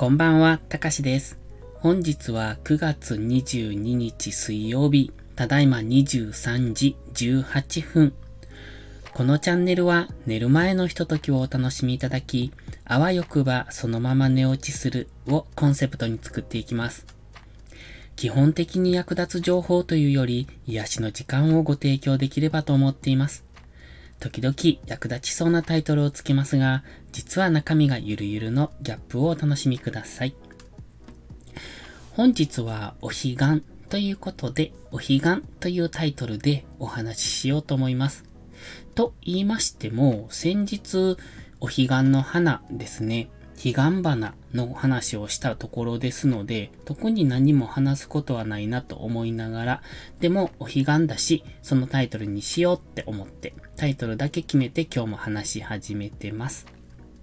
こんばんは、たかしです。本日は9月22日水曜日、ただいま23時18分。このチャンネルは寝る前のひとときをお楽しみいただき、あわよくばそのまま寝落ちするをコンセプトに作っていきます。基本的に役立つ情報というより、癒しの時間をご提供できればと思っています。時々役立ちそうなタイトルをつけますが、実は中身がゆるゆるのギャップをお楽しみください。本日はお彼岸ということで、お彼岸というタイトルでお話ししようと思います。と言いましても、先日お彼岸の花ですね、彼岸花の話をしたところですので、特に何も話すことはないなと思いながら、でもお彼岸だし、そのタイトルにしようって思って、タイトルだけ決めて今日も話し始めてます。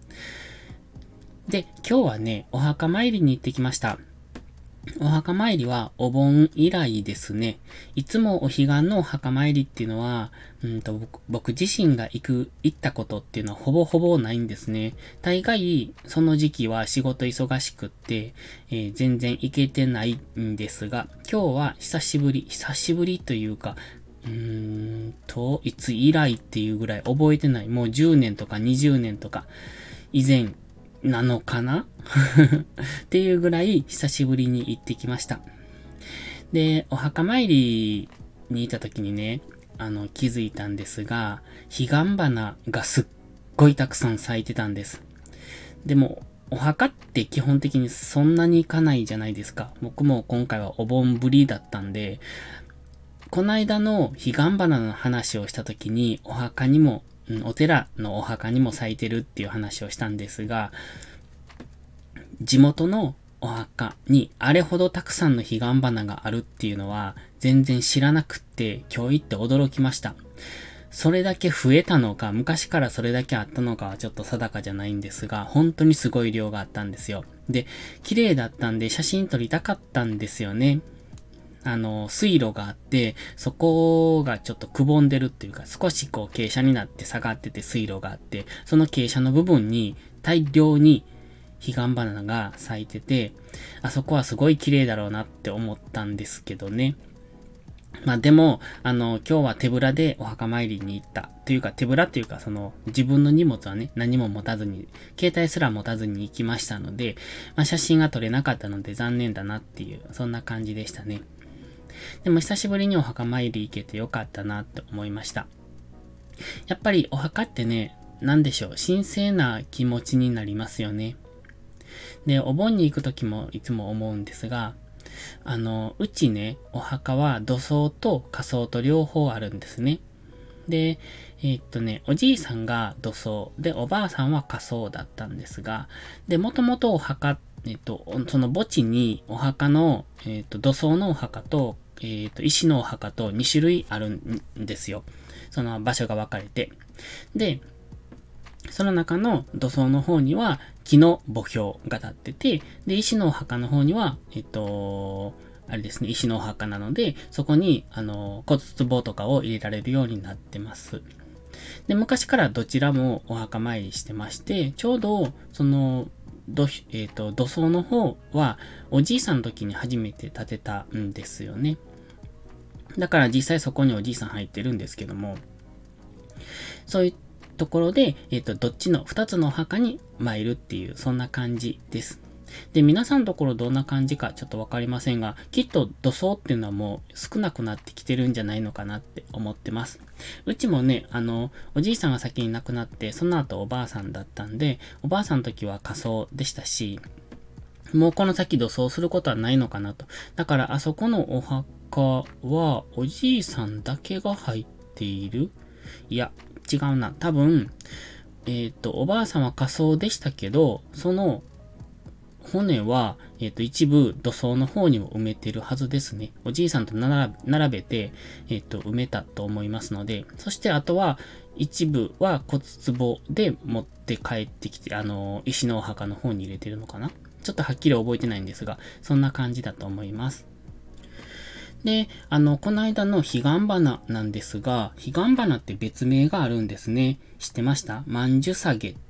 で、今日はね、お墓参りに行ってきました。お墓参りはお盆以来ですね。いつもお彼岸のお墓参りっていうのは、僕自身が行ったことっていうのはほぼほぼないんですね。大概、その時期は仕事忙しくって、全然行けてないんですが、今日は久しぶりというか、いつ以来っていうぐらい覚えてない。もう10年とか20年とか、以前、なのかなっていうぐらい久しぶりに行ってきました。で、お墓参りにいた時にね、気づいたんですが、彼岸花がすっごいたくさん咲いてたんです。でも、お墓って基本的にそんなに行かないじゃないですか。僕も今回はお盆ぶりだったんで、この間の彼岸花の話をした時に、お寺のお墓にも咲いてるっていう話をしたんですが、地元のお墓にあれほどたくさんの彼岸花があるっていうのは全然知らなくって今日行って驚きました。それだけ増えたのか、昔からそれだけあったのかはちょっと定かじゃないんですが、本当にすごい量があったんですよ。で、綺麗だったんで写真撮りたかったんですよね。水路があって、そこがちょっとくぼんでるっていうか、少しこう傾斜になって下がってて水路があって、その傾斜の部分に大量に彼岸花が咲いてて、あそこはすごい綺麗だろうなって思ったんですけどね。まあでも、今日は手ぶらでお墓参りに行った。というか手ぶらっていうか自分の荷物はね、何も持たずに、携帯すら持たずに行きましたので、まあ写真が撮れなかったので残念だなっていう、そんな感じでしたね。でも久しぶりにお墓参り行けてよかったなって思いました。やっぱりお墓ってね、なんでしょう、神聖な気持ちになりますよね。で、お盆に行くときもいつも思うんですが、うちね、お墓は土葬と火葬と両方あるんですね。で、おじいさんが土葬で、おばあさんは火葬だったんですが、で、もともとお墓、その墓地にお墓の、土葬のお墓と、石のお墓と2種類あるんですよ。その場所が分かれて。で、その中の土葬の方には木の墓標が立ってて、で、石のお墓の方には、あれですね、石のお墓なので、そこに、骨壺とかを入れられるようになってます。で、昔からどちらもお墓参りしてまして、ちょうど、土葬の方は、おじいさんの時に初めて建てたんですよね。だから実際そこにおじいさん入ってるんですけども、そういうところで、どっちの二つのお墓に参るっていう、そんな感じです。で、皆さんのところどんな感じかちょっとわかりませんが、きっと土葬っていうのはもう少なくなってきてるんじゃないのかなって思ってます。うちもね、おじいさんが先に亡くなって、その後おばあさんだったんで、おばあさんの時は火葬でしたし、もうこの先土葬することはないのかなと。だからあそこのお墓はおじいさんだけが入っている？いや、違うな。多分、おばあさんは火葬でしたけど、その骨は、一部土葬の方にも埋めてるはずですね。おじいさんと並べて、埋めたと思いますので、そしてあとは、一部は骨壺で持って帰ってきて、石のお墓の方に入れてるのかな？ちょっとはっきり覚えてないんですが、そんな感じだと思います。で、この間の彼岸花なんですが、彼岸花って別名があるんですね。知ってました？曼珠沙華っ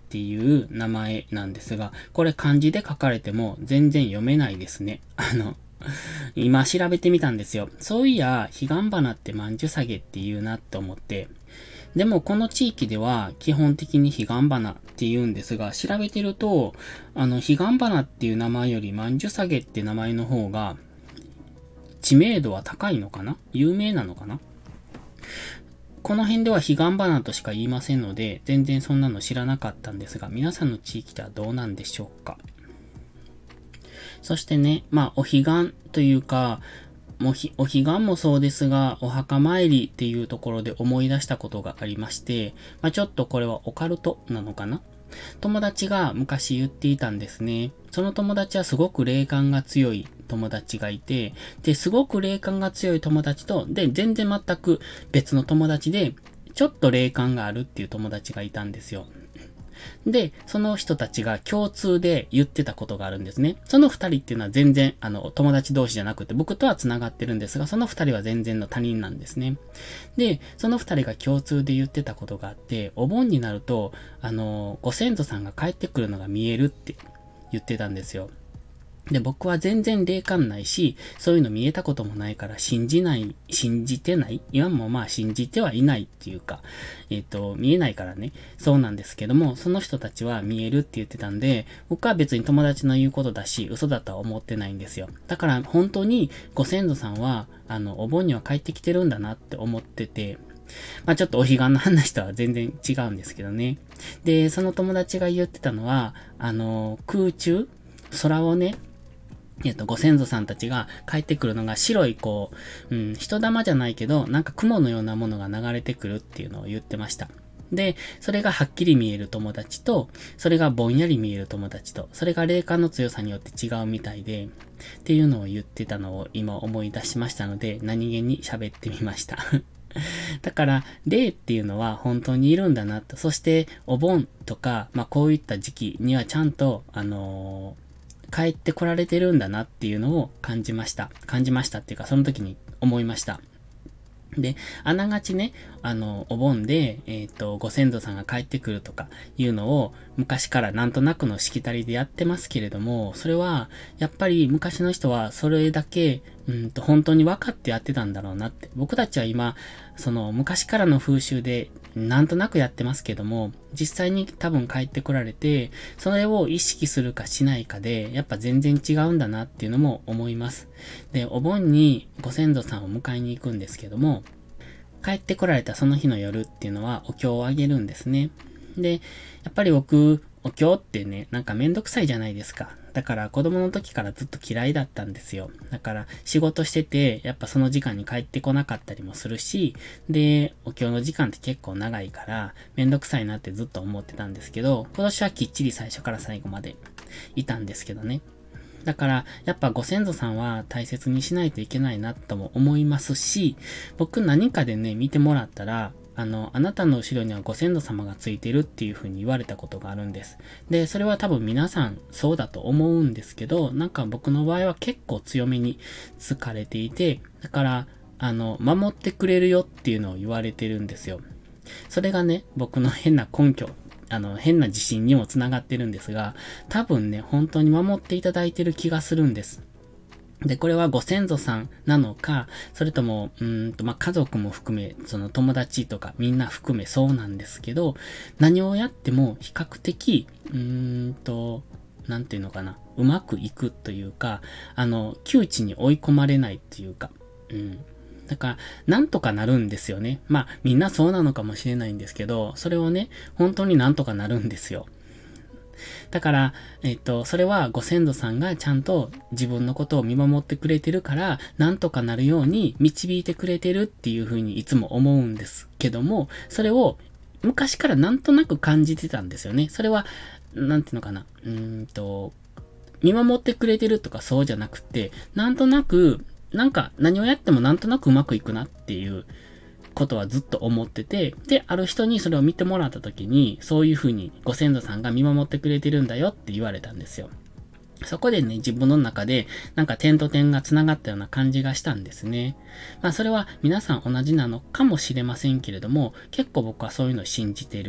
っていう名前なんですが、これ漢字で書かれても全然読めないですね。今調べてみたんですよ。そういや、彼岸花ってまんじゅさげって言うなって思って。でもこの地域では基本的に彼岸花って言うんですが、調べてると、彼岸花っていう名前よりまんじゅさげって名前の方が知名度は高いのかな？有名なのかな？この辺では彼岸花としか言いませんので、全然そんなの知らなかったんですが、皆さんの地域ではどうなんでしょうか。そしてね、お彼岸というか、お彼岸もそうですが、お墓参りっていうところで思い出したことがありまして、ちょっとこれはオカルトなのかな？友達が昔言っていたんですね。その友達はすごく霊感が強い友達がいて、で、すごく霊感が強い友達と、で、全然全く別の友達で、ちょっと霊感があるっていう友達がいたんですよ。で、その人たちが共通で言ってたことがあるんですね。その二人っていうのは全然、友達同士じゃなくて、僕とは繋がってるんですが、その二人は全然の他人なんですね。で、その二人が共通で言ってたことがあって、お盆になると、ご先祖さんが帰ってくるのが見えるって言ってたんですよ。で、僕は全然霊感ないし、そういうの見えたこともないから信じてない今も信じてはいないっていうか、見えないからね、そうなんですけども、その人たちは見えるって言ってたんで、僕は別に友達の言うことだし、嘘だとは思ってないんですよ。だから本当にご先祖さんは、お盆には帰ってきてるんだなって思ってて、ちょっとお彼岸の話とは全然違うんですけどね。で、その友達が言ってたのは、空中空をね、ご先祖さんたちが帰ってくるのが白い人玉じゃないけど、なんか雲のようなものが流れてくるっていうのを言ってました。で、それがはっきり見える友達と、それがぼんやり見える友達と、それが霊感の強さによって違うみたいで、っていうのを言ってたのを今思い出しましたので、何気に喋ってみました。だから、霊っていうのは本当にいるんだなと。そして、お盆とか、こういった時期にはちゃんと、帰ってこられてるんだなっていうのを感じました。感じましたっていうか、その時に思いました。で、あながちね、お盆で、ご先祖さんが帰ってくるとかいうのを昔からなんとなくのしきたりでやってますけれども、それは、やっぱり昔の人はそれだけ、本当に分かってやってたんだろうなって。僕たちは今、その昔からの風習でなんとなくやってますけども、実際に多分帰ってこられて、それを意識するかしないかで、やっぱ全然違うんだなっていうのも思います。で、お盆にご先祖さんを迎えに行くんですけども、帰ってこられたその日の夜っていうのはお経をあげるんですね。で、やっぱり僕、お経ってね、なんかめんどくさいじゃないですか。だから子供の時からずっと嫌いだったんですよ。だから仕事してて、やっぱその時間に帰ってこなかったりもするし、で、お経の時間って結構長いから、めんどくさいなってずっと思ってたんですけど、今年はきっちり最初から最後までいたんですけどね。だから、やっぱご先祖さんは大切にしないといけないなとも思いますし、僕何かでね、見てもらったら、あなたの後ろにはご先祖様がついてるっていう風に言われたことがあるんです。で、それは多分皆さんそうだと思うんですけど、なんか僕の場合は結構強めにつかれていて、だから、守ってくれるよっていうのを言われてるんですよ。それがね、僕の変な根拠、変な自信にもつながってるんですが、多分ね、本当に守っていただいてる気がするんです。で、これはご先祖さんなのか、それとも、家族も含め、その友達とかみんな含めそうなんですけど、何をやっても比較的、なんていうのかな、うまくいくというか、窮地に追い込まれないというか、だから、なんとかなるんですよね。みんなそうなのかもしれないんですけど、それをね、本当になんとかなるんですよ。だから、それはご先祖さんがちゃんと自分のことを見守ってくれてるから、なんとかなるように導いてくれてるっていうふうにいつも思うんですけども、それを昔からなんとなく感じてたんですよね。それは、なんていうのかな。見守ってくれてるとかそうじゃなくて、なんとなく、なんか何をやってもなんとなくうまくいくなっていうことはずっと思ってて、で、ある人にそれを見てもらった時に、そういう風にご先祖さんが見守ってくれてるんだよって言われたんですよ。そこでね、自分の中で、なんか点と点が繋がったような感じがしたんですね。それは皆さん同じなのかもしれませんけれども、結構僕はそういうのを信じてる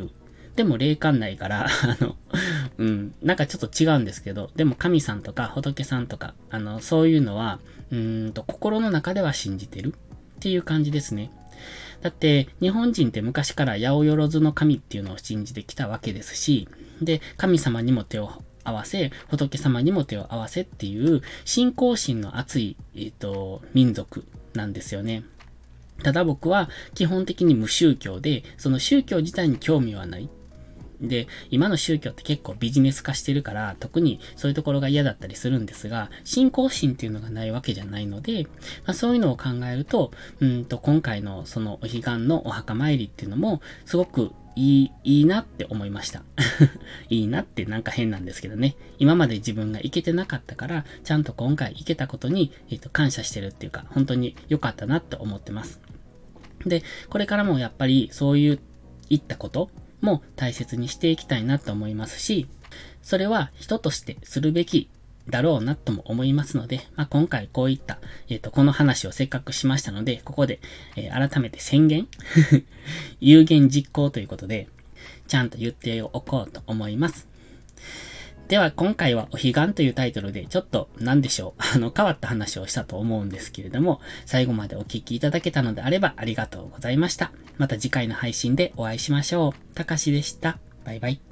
でも霊感ないから、なんかちょっと違うんですけど、でも神さんとか仏さんとか、そういうのは、心の中では信じてるっていう感じですね。だって、日本人って昔から八百万の神っていうのを信じてきたわけですし、で、神様にも手を合わせ、仏様にも手を合わせっていう信仰心の熱い、民族なんですよね。ただ僕は基本的に無宗教で、その宗教自体に興味はない。で、今の宗教って結構ビジネス化してるから、特にそういうところが嫌だったりするんですが、信仰心っていうのがないわけじゃないので、そういうのを考えると、今回のそのお彼岸のお墓参りっていうのも、すごくいいなって思いました。いいなってなんか変なんですけどね。今まで自分が行けてなかったから、ちゃんと今回行けたことに、感謝してるっていうか、本当に良かったなって思ってます。で、これからもやっぱりそういう言ったことも大切にしていきたいなと思いますし、それは人としてするべきだろうなとも思いますので、今回こういった、この話をせっかくしましたので、ここで、改めて宣言有言実行ということで、ちゃんと言っておこうと思います。では今回はお彼岸というタイトルでちょっと何でしょう変わった話をしたと思うんですけれども、最後までお聞きいただけたのであればありがとうございました。また次回の配信でお会いしましょう。たかしでした。バイバイ。